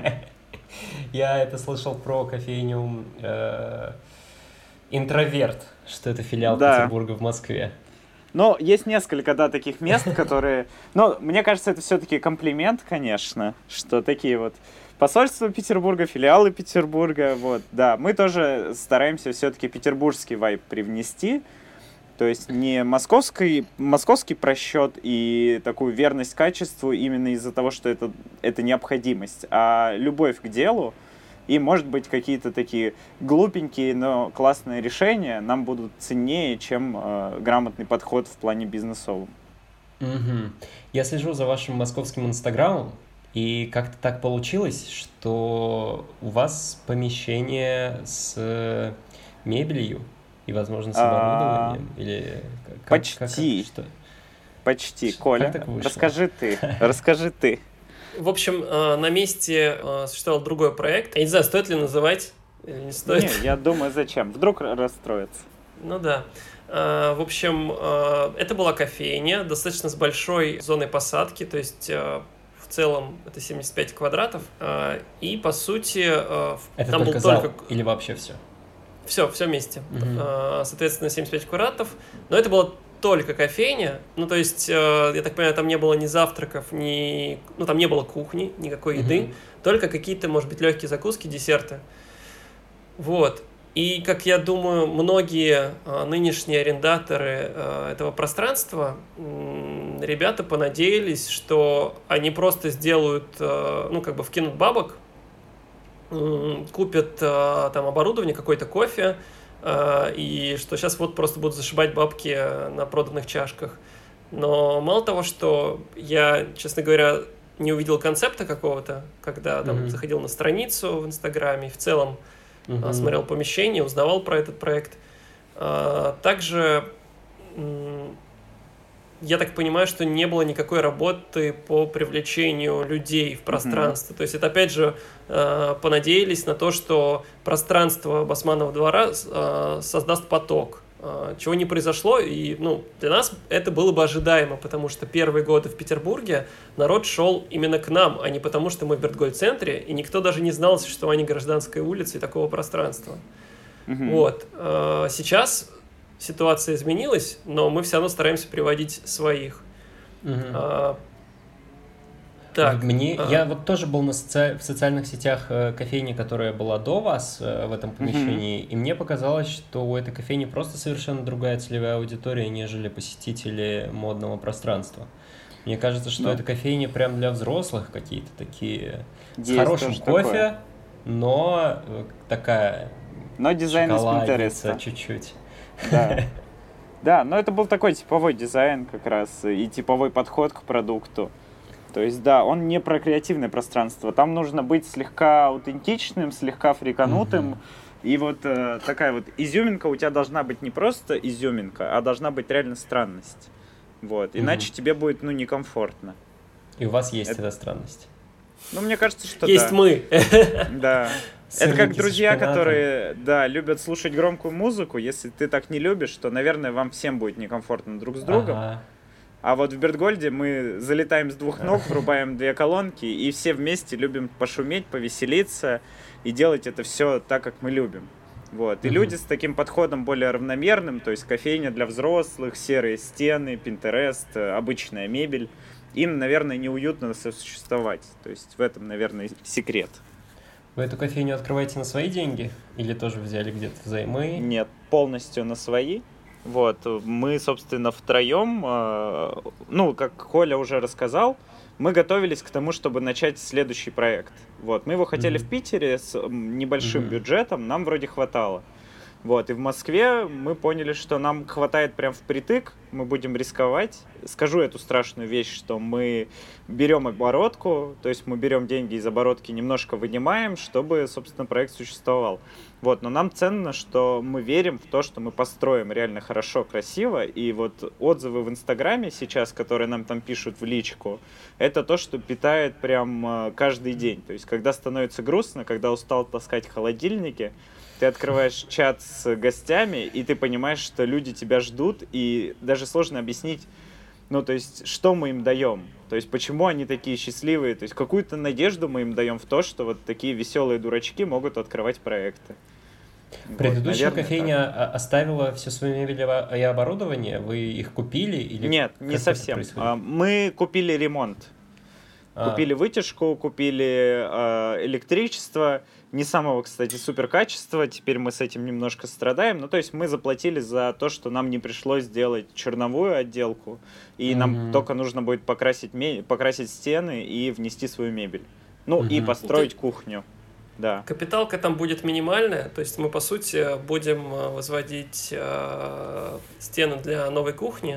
Я это слышал про кофейню «Интроверт», что это филиал Петербурга в Москве. Но есть несколько, таких мест, которые... Ну, мне кажется, это все-таки комплимент, конечно, что такие вот посольства Петербурга, филиалы Петербурга, вот, да. Мы тоже стараемся все-таки петербургский вайб привнести, то есть не московский просчет и такую верность качеству именно из-за того, что это необходимость, а любовь к делу. И, может быть, какие-то такие глупенькие, но классные решения нам будут ценнее, чем грамотный подход в плане бизнесовом. Я слежу за вашим московским инстаграмом, и как-то так получилось, что у вас помещение с мебелью и, возможно, с оборудованием. Или почти. Почти. Коля, расскажи ты. В общем, на месте существовал другой проект. Я не знаю, стоит ли называть или не стоит. Не, я думаю, зачем? Вдруг расстроится. Ну да. В общем, это была кофейня, достаточно с большой зоной посадки, то есть в целом это 75 квадратов. И, по сути, это там только был зал только... или вообще все? Все вместе. Соответственно, 75 квадратов. Но это было только кофейня, ну, то есть, я так понимаю, там не было ни завтраков, там не было кухни, никакой еды, только какие-то, может быть, легкие закуски, десерты. Вот. И, как я думаю, многие нынешние арендаторы этого пространства, ребята понадеялись, что они просто сделают, вкинут бабок, купят там оборудование, какой-то кофе, и что сейчас вот просто будут зашибать бабки на проданных чашках. Но мало того, что я, честно говоря, не увидел концепта какого-то, когда там заходил на страницу в Инстаграме, и в целом смотрел помещение, узнавал про этот проект. Также я так понимаю, что не было никакой работы по привлечению людей в пространство. То есть это, опять же, понадеялись на то, что пространство Басманного двора создаст поток чего не произошло, и для нас это было бы ожидаемо, потому что первые годы в Петербурге народ шел именно к нам, а не потому, что мы в Бертгольд-центре, и никто даже не знал о существовании Гражданской улицы и такого пространства. Вот. Сейчас ситуация изменилась, но мы все равно стараемся приводить своих. Так, я вот тоже был в социальных сетях кофейни, которая была до вас в этом помещении, и мне показалось, что у этой кофейни просто совершенно другая целевая аудитория, нежели посетители модного пространства. Мне кажется, что эта кофейня прям для взрослых какие-то такие, с хорошим кофе, такое. Но такая дизайн из Пинтереста чуть-чуть. Да, но это был такой типовой дизайн как раз, и типовой подход к продукту. То есть, да, он не про креативное пространство. Там нужно быть слегка аутентичным, слегка фриканутым. И вот такая вот изюминка у тебя должна быть не просто изюминка, а должна быть реально странность. Вот. Иначе тебе будет, некомфортно. И у вас есть эта странность? Мне кажется, что есть мы. Да. Это как друзья, которые, любят слушать громкую музыку. Если ты так не любишь, то, наверное, вам всем будет некомфортно друг с другом. А вот в Бертгольде мы залетаем с двух ног, врубаем 2 колонки, и все вместе любим пошуметь, повеселиться и делать это все так, как мы любим. Вот. И люди с таким подходом более равномерным, то есть кофейня для взрослых, серые стены, Pinterest, обычная мебель, им, наверное, неуютно сосуществовать. То есть в этом, наверное, секрет. Вы эту кофейню открываете на свои деньги? Или тоже взяли где-то взаймы? Нет, полностью на свои. Вот, мы, собственно, втроем, как Коля уже рассказал, мы готовились к тому, чтобы начать следующий проект. Вот, мы его хотели в Питере с небольшим бюджетом, нам вроде хватало. Вот, и в Москве мы поняли, что нам хватает прям впритык, мы будем рисковать. Скажу эту страшную вещь, что мы берем оборотку, то есть мы берем деньги из оборотки, немножко вынимаем, чтобы, собственно, проект существовал. Вот, но нам ценно, что мы верим в то, что мы построим реально хорошо, красиво, и вот отзывы в Инстаграме сейчас, которые нам там пишут в личку, это то, что питает прям каждый день. То есть, когда становится грустно, когда устал таскать холодильники, ты открываешь чат с гостями, и ты понимаешь, что люди тебя ждут, и даже сложно объяснить, то есть, что мы им даем, то есть, почему они такие счастливые, то есть, какую-то надежду мы им даем в то, что вот такие веселые дурачки могут открывать проекты. Предыдущая кофейня оставила все свои мебель и оборудование, вы их купили? Или нет, не совсем. Мы купили ремонт. Купили вытяжку, купили электричество, не самого, кстати, супер качества, теперь мы с этим немножко страдаем, то есть мы заплатили за то, что нам не пришлось делать черновую отделку, и нам только нужно будет покрасить стены и внести свою мебель, и построить кухню. Да. Капиталка там будет минимальная, то есть мы, по сути, будем возводить стены для новой кухни,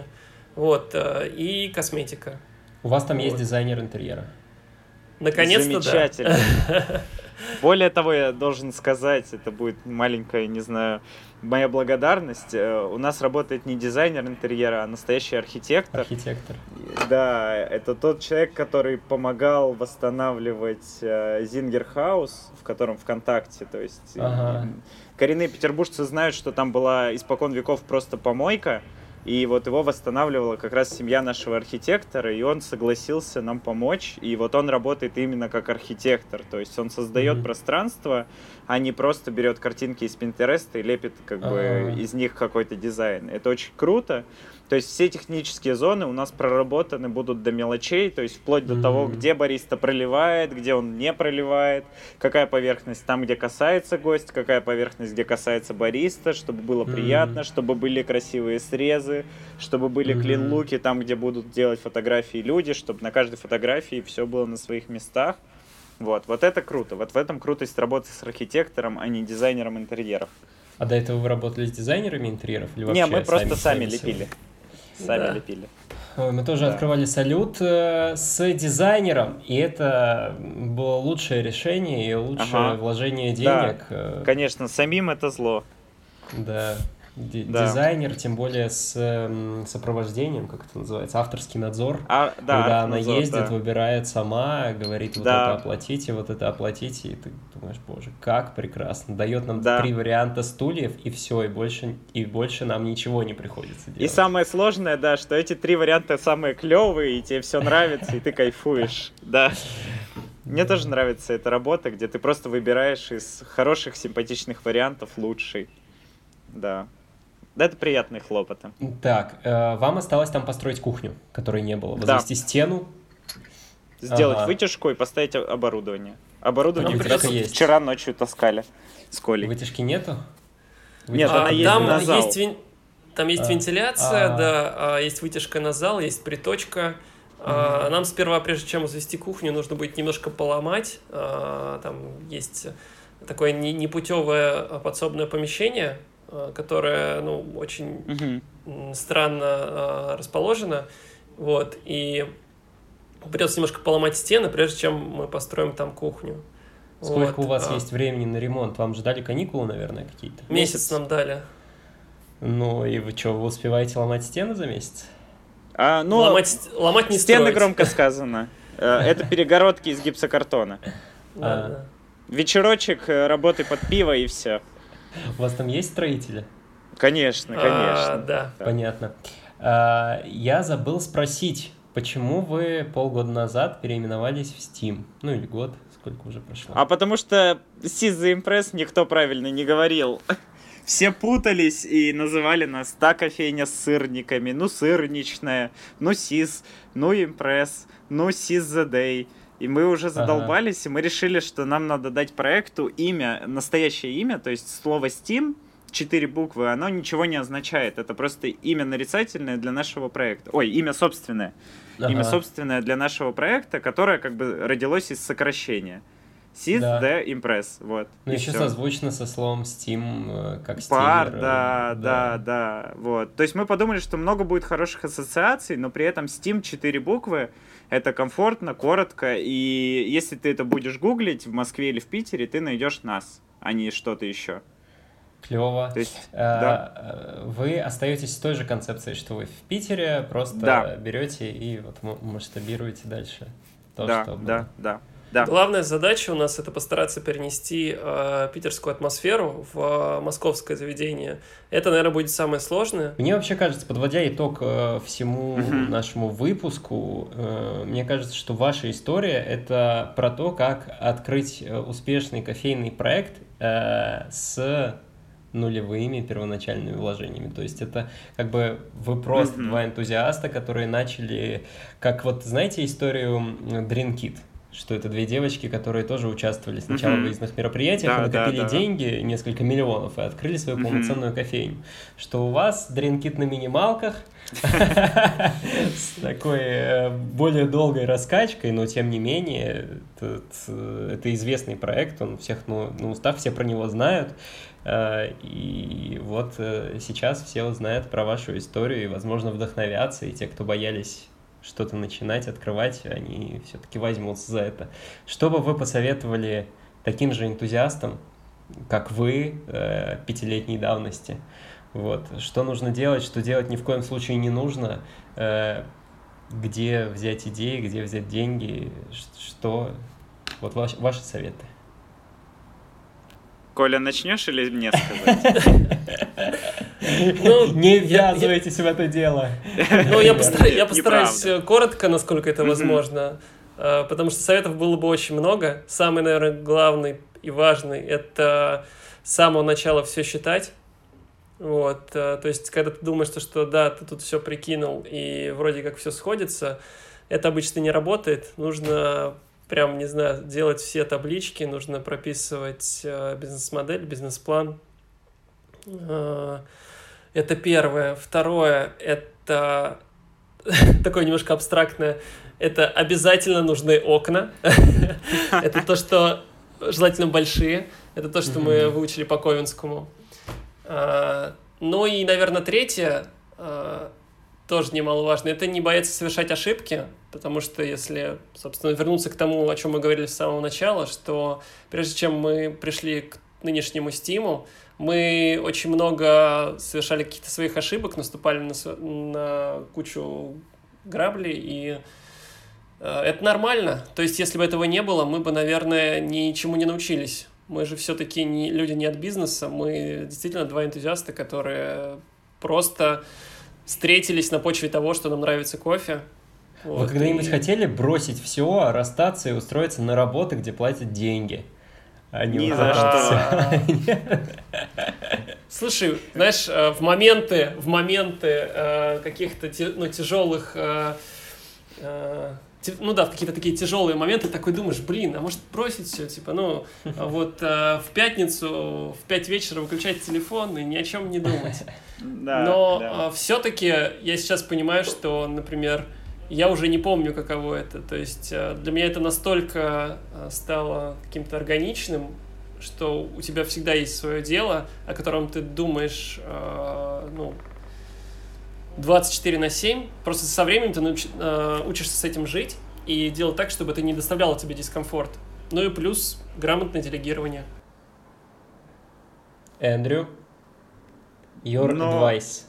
и косметика. У вас там есть дизайнер интерьера? Наконец-то, замечательно. Да. Более того, я должен сказать, это будет маленькая, не знаю, моя благодарность. У нас работает не дизайнер интерьера, а настоящий архитектор. Архитектор. Да, это тот человек, который помогал восстанавливать Зингер-хаус, в котором ВКонтакте. То есть коренные петербуржцы знают, что там была испокон веков просто помойка. И вот его восстанавливала как раз семья нашего архитектора, и он согласился нам помочь. И вот он работает именно как архитектор, то есть он создает пространство, а не просто берет картинки из Пинтереста и лепит из них какой-то дизайн. Это очень круто. То есть все технические зоны у нас проработаны будут до мелочей, то есть вплоть до того, где бариста проливает, где он не проливает, какая поверхность там, где касается гость, какая поверхность, где касается бариста, чтобы было приятно, чтобы были красивые срезы, чтобы были клин-луки там, где будут делать фотографии люди, чтобы на каждой фотографии все было на своих местах. Вот это круто. Вот в этом крутость работы с архитектором, а не дизайнером интерьеров. А до этого вы работали с дизайнерами интерьеров? Или вообще не, мы просто сами лепили. Лепили. Мы тоже открывали салют с дизайнером, и это было лучшее решение и лучшее вложение денег. Да, конечно, самим это зло. Да. Дизайнер, тем более с сопровождением, как это называется, авторский надзор. Когда она ездит, выбирает сама, говорит, вот это оплатите, и ты думаешь, боже, как прекрасно. Дает нам 3 варианта стульев, и все, и больше нам ничего не приходится делать. И самое сложное, да, что эти 3 варианта самые клевые, и тебе все нравится, и ты кайфуешь. Да. Мне тоже нравится эта работа, где ты просто выбираешь из хороших, симпатичных вариантов лучший. Да. Да, это приятные хлопоты. Так, вам осталось там построить кухню, которой не было. Возвести стену. Сделать вытяжку и поставить оборудование. Оборудование вчера ночью таскали с Колей. Вытяжки нету? Нет, она есть на зал. Там есть вентиляция, да, есть вытяжка на зал, есть приточка. Нам сперва, прежде чем возвести кухню, нужно будет немножко поломать. Там есть такое непутевое подсобное помещение, которая, очень странно расположена, вот, и придется немножко поломать стены, прежде чем мы построим там кухню. Сколько у вас есть времени на ремонт? Вам же дали каникулы, наверное, какие-то? Месяц нам дали. Ну, и вы что, вы успеваете ломать стены за месяц? Ломать не стены строить. Громко сказано. Это перегородки из гипсокартона. Вечерочек, работы под пиво и все. У вас там есть строители? Конечно. Да. Понятно. Я забыл спросить, почему вы полгода назад переименовались в Steam? Ну или год, сколько уже прошло? А потому что SIS The Impress никто правильно не говорил. Все путались и называли нас та кофейня с сырниками, сырничная, SIS, Impress, SIS The Day. И мы уже задолбались, и мы решили, что нам надо дать проекту имя, настоящее имя, то есть слово Steam, 4 буквы, оно ничего не означает. Это просто имя нарицательное для нашего проекта. Ой, имя собственное. Имя собственное для нашего проекта, которое как бы родилось из сокращения. SIS The Impress, вот. Ну, еще все созвучно со словом Steam, как Steam. Пар, да, вот. То есть мы подумали, что много будет хороших ассоциаций, но при этом Steam 4 буквы, это комфортно, коротко, и если ты это будешь гуглить в Москве или в Питере, ты найдешь нас, а не что-то еще. Клево. То есть, вы остаетесь с той же концепцией, что вы в Питере, просто берете и вот масштабируете дальше то, что было. Да. Главная задача у нас — это постараться перенести питерскую атмосферу в московское заведение. Это, наверное, будет самое сложное. Мне вообще кажется, подводя итог всему нашему выпуску, мне кажется, что ваша история — это про то, как открыть успешный кофейный проект с нулевыми первоначальными вложениями. То есть это как бы вы просто 2 энтузиаста, которые начали, как вот знаете историю Drink It? Что это 2 девочки, которые тоже участвовали сначала в выездных мероприятиях, накопили деньги, несколько миллионов, и открыли свою полноценную кофейню. Что у вас Drink It на минималках, с такой более долгой раскачкой, но тем не менее, это известный проект, он всех на устах, все про него знают. И вот сейчас все узнают про вашу историю и, возможно, вдохновятся, и те, кто боялись что-то начинать, открывать, они все-таки возьмутся за это. Что бы вы посоветовали таким же энтузиастам, как вы, 5-летней давности? Вот. Что нужно делать, что делать ни в коем случае не нужно, где взять идеи, где взять деньги, что... Вот ваши советы. Коля, начнешь или мне сказать? Не ввязывайтесь в это дело. Ну, я постараюсь коротко, насколько это возможно, потому что советов было бы очень много. Самый, наверное, главный и важный — это с самого начала все считать. Вот, то есть, когда ты думаешь, что да, ты тут все прикинул и вроде как все сходится, это обычно не работает. Нужно прям, не знаю, делать все таблички, нужно прописывать бизнес-модель, бизнес-план. Это первое. Второе, это такое немножко абстрактное. Это обязательно нужны окна. Это то, что желательно большие. Это то, что мы выучили по Ковенскому. Ну и, наверное, третье, тоже немаловажно, это не бояться совершать ошибки, потому что если, собственно, вернуться к тому, о чем мы говорили с самого начала, что прежде чем мы пришли к нынешнему Steam, Мы очень много совершали каких-то своих ошибок, наступали на кучу граблей, и это нормально. То есть, если бы этого не было, мы бы, наверное, ничему не научились. Мы же все-таки люди не от бизнеса, мы действительно два энтузиаста, которые просто встретились на почве того, что нам нравится кофе. Вот, вы когда-нибудь хотели бросить все, расстаться и устроиться на работу, где платят деньги? Ни за что. Слушай, знаешь, в моменты каких-то тяжелых, в какие-то такие тяжелые моменты такой думаешь, а может бросить все, в пятницу в 5 вечера выключать телефон и ни о чем не думать. Но все-таки я сейчас понимаю, что, например, я уже не помню, каково это. То есть для меня это настолько стало каким-то органичным, что у тебя всегда есть свое дело, о котором ты думаешь 24/7. Просто со временем ты учишься с этим жить и делать так, чтобы это не доставляло тебе дискомфорт. Ну и плюс грамотное делегирование. Эндрю, your advice.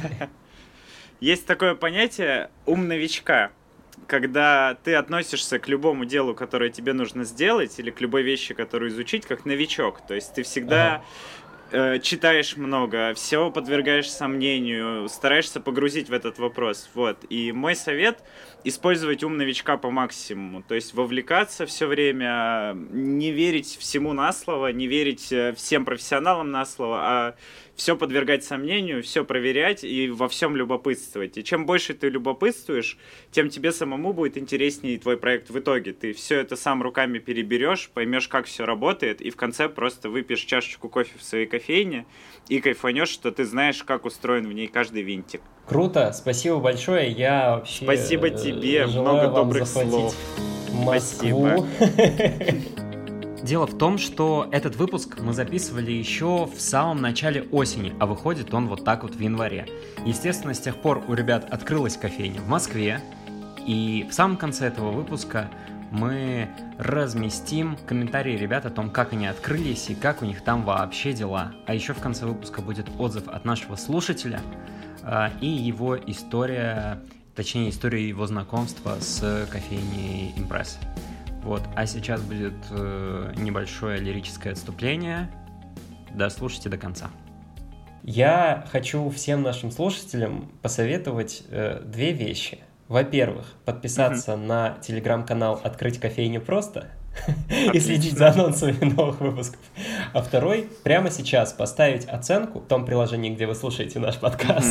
Есть такое понятие «ум новичка», когда ты относишься к любому делу, которое тебе нужно сделать, или к любой вещи, которую изучить, как новичок. То есть ты всегда читаешь много, все подвергаешь сомнению, стараешься погрузить в этот вопрос. Вот. И мой совет — использовать ум новичка по максимуму. То есть вовлекаться все время, не верить всему на слово, не верить всем профессионалам на слово, а все подвергать сомнению, все проверять и во всем любопытствовать. И чем больше ты любопытствуешь, тем тебе самому будет интереснее твой проект в итоге. Ты все это сам руками переберешь, поймешь, как все работает, и в конце просто выпьешь чашечку кофе в своей кофейне и кайфанешь, что ты знаешь, как устроен в ней каждый винтик. Круто, спасибо большое. Я вообще спасибо тебе, много добрых слов. Москву. Спасибо. Дело в том, что этот выпуск мы записывали еще в самом начале осени, а выходит он вот так вот в январе. Естественно, с тех пор у ребят открылась кофейня в Москве, и в самом конце этого выпуска мы разместим комментарии ребят о том, как они открылись и как у них там вообще дела. А еще в конце выпуска будет отзыв от нашего слушателя и его история, точнее история его знакомства с кофейней Impress. Вот, а сейчас будет небольшое лирическое отступление. Дослушайте до конца. Я хочу всем нашим слушателям посоветовать две вещи. Во-первых, подписаться на телеграм-канал «Открыть кофейню просто» и следить за анонсами новых выпусков. А второй, прямо сейчас поставить оценку в том приложении, где вы слушаете наш подкаст.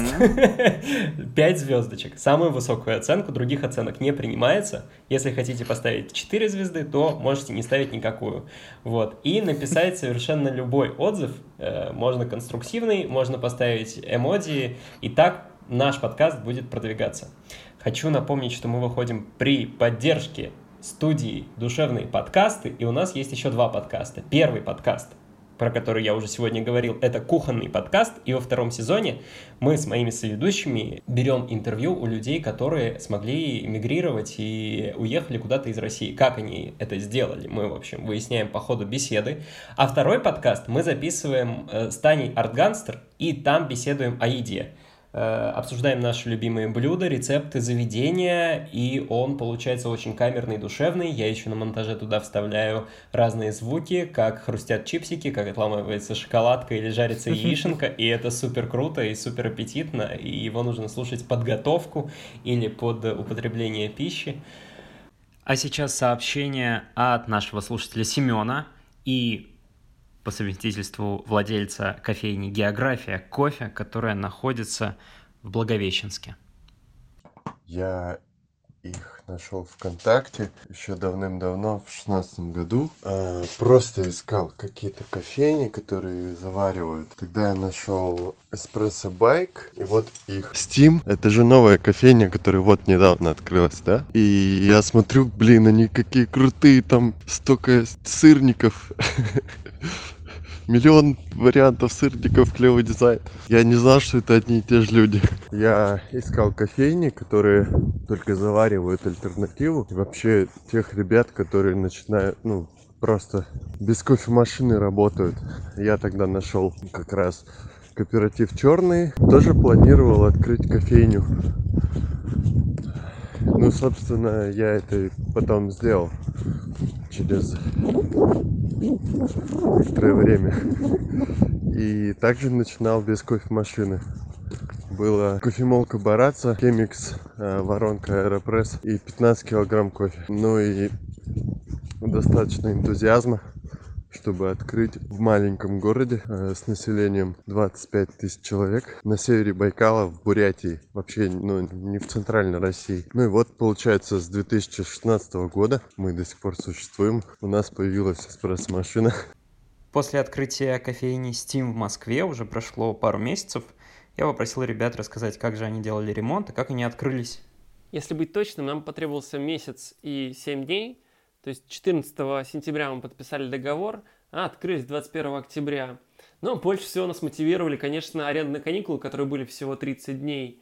5 звездочек. Самую высокую оценку, других оценок не принимается. Если хотите поставить 4 звезды, то можете не ставить никакую. Вот. И написать совершенно любой отзыв. Можно конструктивный, можно поставить эмодзи. И так наш подкаст будет продвигаться. Хочу напомнить, что мы выходим при поддержке студии «Душевные подкасты», и у нас есть еще 2 подкаста. Первый подкаст, про который я уже сегодня говорил, это кухонный подкаст, и во 2 сезоне мы с моими соведущими берем интервью у людей, которые смогли эмигрировать и уехали куда-то из России. Как они это сделали, мы, в общем, выясняем по ходу беседы. А 2 подкаст мы записываем с Таней Артганстер, и там беседуем о еде. Обсуждаем наши любимые блюда, рецепты, заведения, и он получается очень камерный, душевный. Я еще на монтаже туда вставляю разные звуки, как хрустят чипсики, как отламывается шоколадка или жарится яишенка, и это супер круто и супер аппетитно, и его нужно слушать под готовку или под употребление пищи. А сейчас сообщение от нашего слушателя Семена и по совместительству владельца кофейни «География кофе», которая находится в Благовещенске. Я их нашел ВКонтакте еще давным-давно, в 2016 году. Просто искал какие-то кофейни, которые заваривают. Тогда я нашел Espresso Bike, и вот их Steam. Это же новая кофейня, которая вот недавно открылась, да? И я смотрю, они какие крутые, там столько сырников. Миллион вариантов сырников, клевый дизайн. Я не знал, что это одни и те же люди. Я искал кофейни, которые только заваривают альтернативу. И вообще тех ребят, которые начинают, просто без кофемашины работают. Я тогда нашел как раз кооператив «Черный». Тоже планировал открыть кофейню. Ну, собственно, я это и потом сделал через некоторое время. И также начинал без кофемашины. Была кофемолка Бараца, Хемикс, воронка Аэропресс и 15 килограмм кофе. Ну и достаточно энтузиазма, чтобы открыть в маленьком городе с населением 25 тысяч человек на севере Байкала, в Бурятии, вообще не в центральной России. Ну и вот, получается, с 2016 года мы до сих пор существуем. У нас появилась эспрессо-машина. После открытия кофейни Steam в Москве уже прошло пару месяцев. Я попросил ребят рассказать, как же они делали ремонт и как они открылись. Если быть точным, нам потребовался месяц и 7 дней. То есть 14 сентября мы подписали договор, а открылись 21 октября. Но больше всего нас мотивировали, конечно, арендные каникулы, которые были всего 30 дней.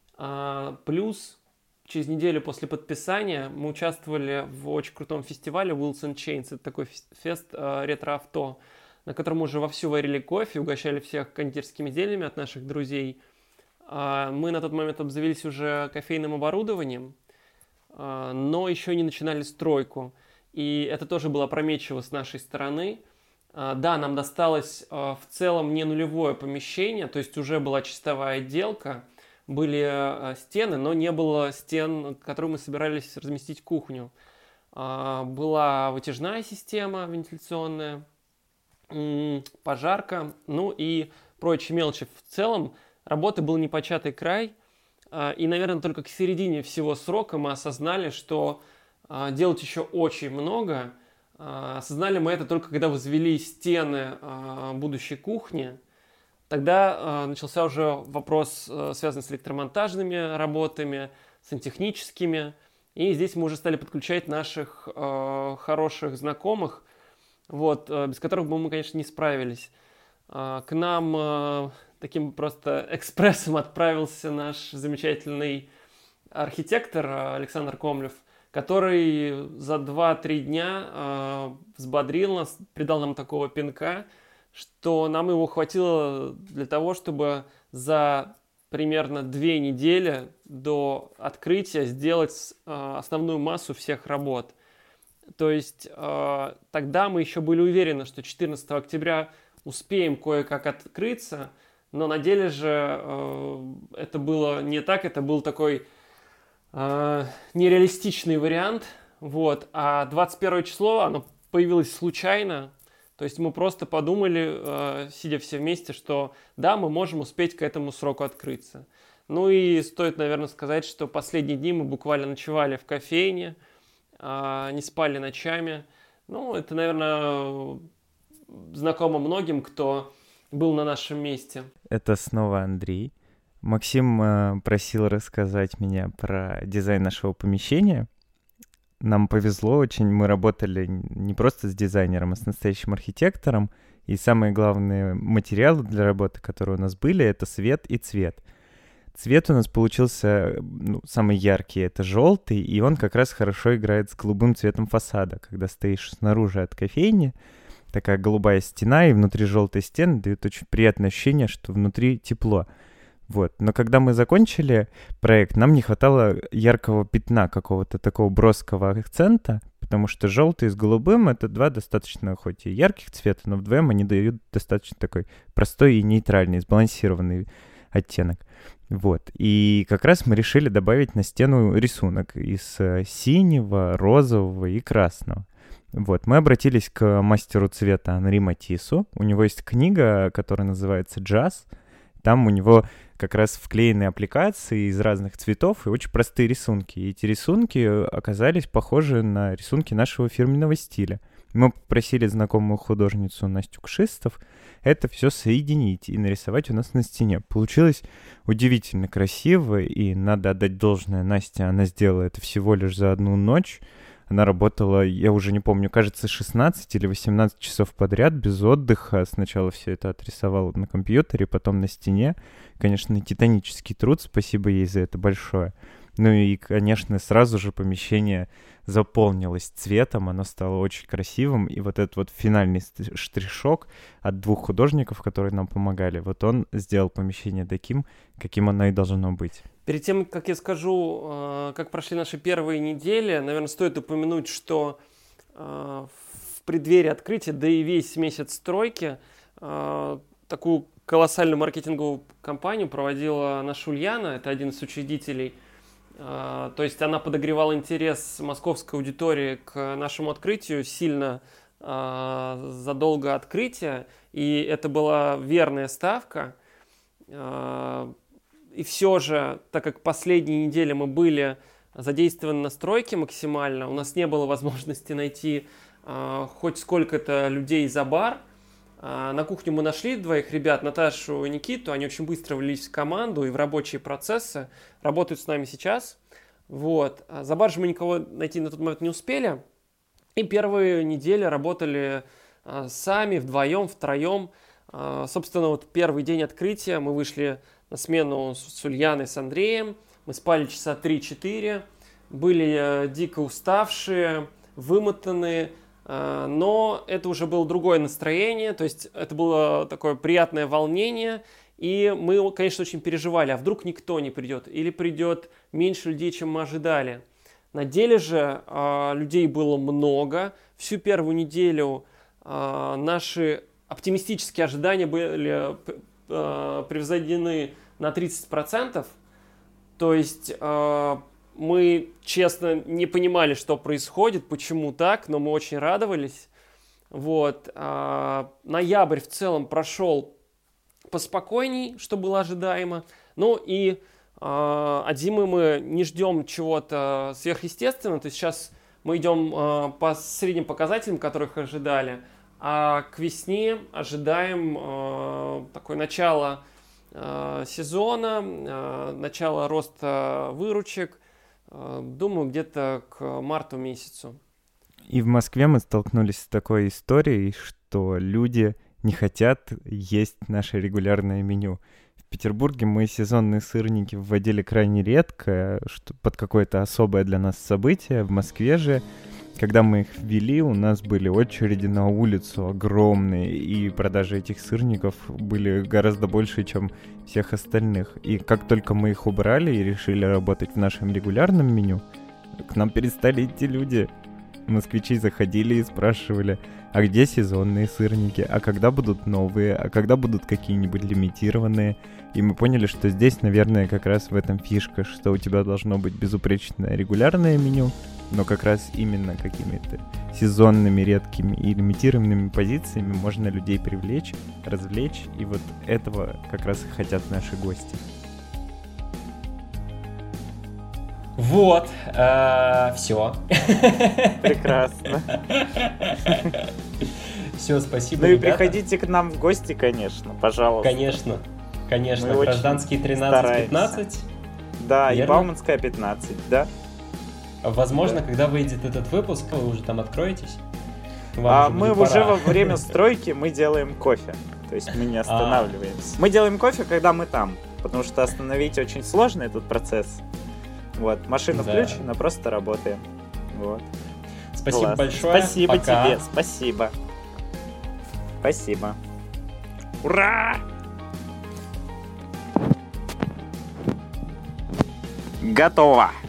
Плюс через неделю после подписания мы участвовали в очень крутом фестивале Wilson Chains. Это такой фест ретро-авто, на котором мы уже вовсю варили кофе, угощали всех кондитерскими изделиями от наших друзей. Мы на тот момент обзавелись уже кофейным оборудованием, но еще не начинали стройку. И это тоже было опрометчиво с нашей стороны. Да, нам досталось в целом не нулевое помещение, то есть уже была чистовая отделка, были стены, но не было стен, которые мы собирались разместить кухню. Была вытяжная система вентиляционная, пожарка, ну и прочие мелочи. В целом работы был непочатый край, и, наверное, только к середине всего срока мы осознали, что делать еще очень много. Осознали мы это только когда возвели стены будущей кухни. Тогда начался уже вопрос, связанный с электромонтажными работами, сантехническими. И здесь мы уже стали подключать наших хороших знакомых, без которых бы мы, конечно, не справились. К нам таким просто экспрессом отправился наш замечательный архитектор Александр Комлев, который за 2-3 дня взбодрил нас, придал нам такого пинка, что нам его хватило для того, чтобы за примерно 2 недели до открытия сделать основную массу всех работ. То есть тогда мы еще были уверены, что 14 октября успеем кое-как открыться, но на деле же это было не так, это был такой нереалистичный вариант, а 21 число оно появилось случайно, то есть мы просто подумали, сидя все вместе, что да, мы можем успеть к этому сроку открыться. Ну и стоит, наверное, сказать, что последние дни мы буквально ночевали в кофейне, не спали ночами. Ну, это, наверное, знакомо многим, кто был на нашем месте. Это снова Андрей. Максим просил рассказать меня про дизайн нашего помещения. Нам повезло очень, мы работали не просто с дизайнером, а с настоящим архитектором. И самые главные материалы для работы, которые у нас были, это свет и цвет. Цвет у нас получился самый яркий, это желтый, и он как раз хорошо играет с голубым цветом фасада. Когда стоишь снаружи от кофейни, такая голубая стена, и внутри желтой стены дает очень приятное ощущение, что внутри тепло. Но когда мы закончили проект, нам не хватало яркого пятна, какого-то такого броского акцента, потому что желтый с голубым — это два достаточно, хоть и ярких цвета, но вдвоем они дают достаточно такой простой и нейтральный, сбалансированный оттенок. И как раз мы решили добавить на стену рисунок из синего, розового и красного. Мы обратились к мастеру цвета Анри Матису. У него есть книга, которая называется «Джаз». Там у него как раз вклеены аппликации из разных цветов и очень простые рисунки. И эти рисунки оказались похожи на рисунки нашего фирменного стиля. Мы попросили знакомую художницу Настю Кшистов это все соединить и нарисовать у нас на стене. Получилось удивительно красиво, и надо отдать должное Насте. Она сделала это всего лишь за одну ночь. Она работала, я уже не помню, кажется, 16 или 18 часов подряд, без отдыха. Сначала все это отрисовала на компьютере, потом на стене. Конечно, титанический труд, спасибо ей за это большое. Ну и, конечно, сразу же помещение заполнилось цветом, оно стало очень красивым, и вот этот вот финальный штришок от 2 художников, которые нам помогали, вот он сделал помещение таким, каким оно и должно быть. Перед тем, как я скажу, как прошли наши первые недели, наверное, стоит упомянуть, что в преддверии открытия, да и весь месяц стройки, такую колоссальную маркетинговую кампанию проводила наша Ульяна, это один из учредителей. То есть она подогревала интерес московской аудитории к нашему открытию сильно задолго до открытия, и это была верная ставка. И все же, так как последние недели мы были задействованы на стройке максимально, у нас не было возможности найти хоть сколько-то людей за бар. На кухню мы нашли 2 ребят, Наташу и Никиту, они очень быстро влились в команду и в рабочие процессы, работают с нами сейчас. Вот. За бар же мы никого найти на тот момент не успели, и первые недели работали сами, вдвоем, втроем. Собственно, вот первый день открытия мы вышли на смену с Ульяной, с Андреем, мы спали часа 3-4, были дико уставшие, вымотанные, но это уже было другое настроение, то есть это было такое приятное волнение, и мы, конечно, очень переживали, а вдруг никто не придет, или придет меньше людей, чем мы ожидали. На деле же людей было много, всю первую неделю наши оптимистические ожидания были превзойдены на 30%, то есть мы, честно, не понимали, что происходит, почему так, но мы очень радовались. Вот. Ноябрь в целом прошел поспокойней, что было ожидаемо. Ну и от зимы мы не ждем чего-то сверхъестественного. То есть сейчас мы идем по средним показателям, которых ожидали, а к весне ожидаем такое начало сезона, начало роста выручек. Думаю, где-то к марту месяцу. И в Москве мы столкнулись с такой историей, что люди не хотят есть наше регулярное меню. В Петербурге мы сезонные сырники вводили крайне редко, под какое-то особое для нас событие. В Москве же, когда мы их ввели, у нас были очереди на улицу огромные, и продажи этих сырников были гораздо больше, чем всех остальных. И как только мы их убрали и решили работать в нашем регулярном меню, к нам перестали идти люди. Москвичи заходили и спрашивали, а где сезонные сырники, а когда будут новые, а когда будут какие-нибудь лимитированные. И мы поняли, что здесь, наверное, как раз в этом фишка, что у тебя должно быть безупречное регулярное меню, но как раз именно какими-то сезонными, редкими и лимитированными позициями можно людей привлечь, развлечь, и вот этого как раз и хотят наши гости. Вот, все. Прекрасно. Все, спасибо, Ну и ребята. приходите к нам в гости, конечно, пожалуйста. Конечно. Мы Гражданский 13-15. Да, и Верно? Бауманская 15, да. Возможно, когда выйдет этот выпуск, вы уже там откроетесь. Вам Мы будет уже пора. во время стройки мы делаем кофе. То есть мы не останавливаемся. Мы делаем кофе, когда мы там. Потому что остановить очень сложно этот процесс. Вот, машина Да. включена, просто работаем. Вот. Спасибо Класс. большое. Спасибо Пока. тебе, спасибо. Спасибо. Ура! Готово!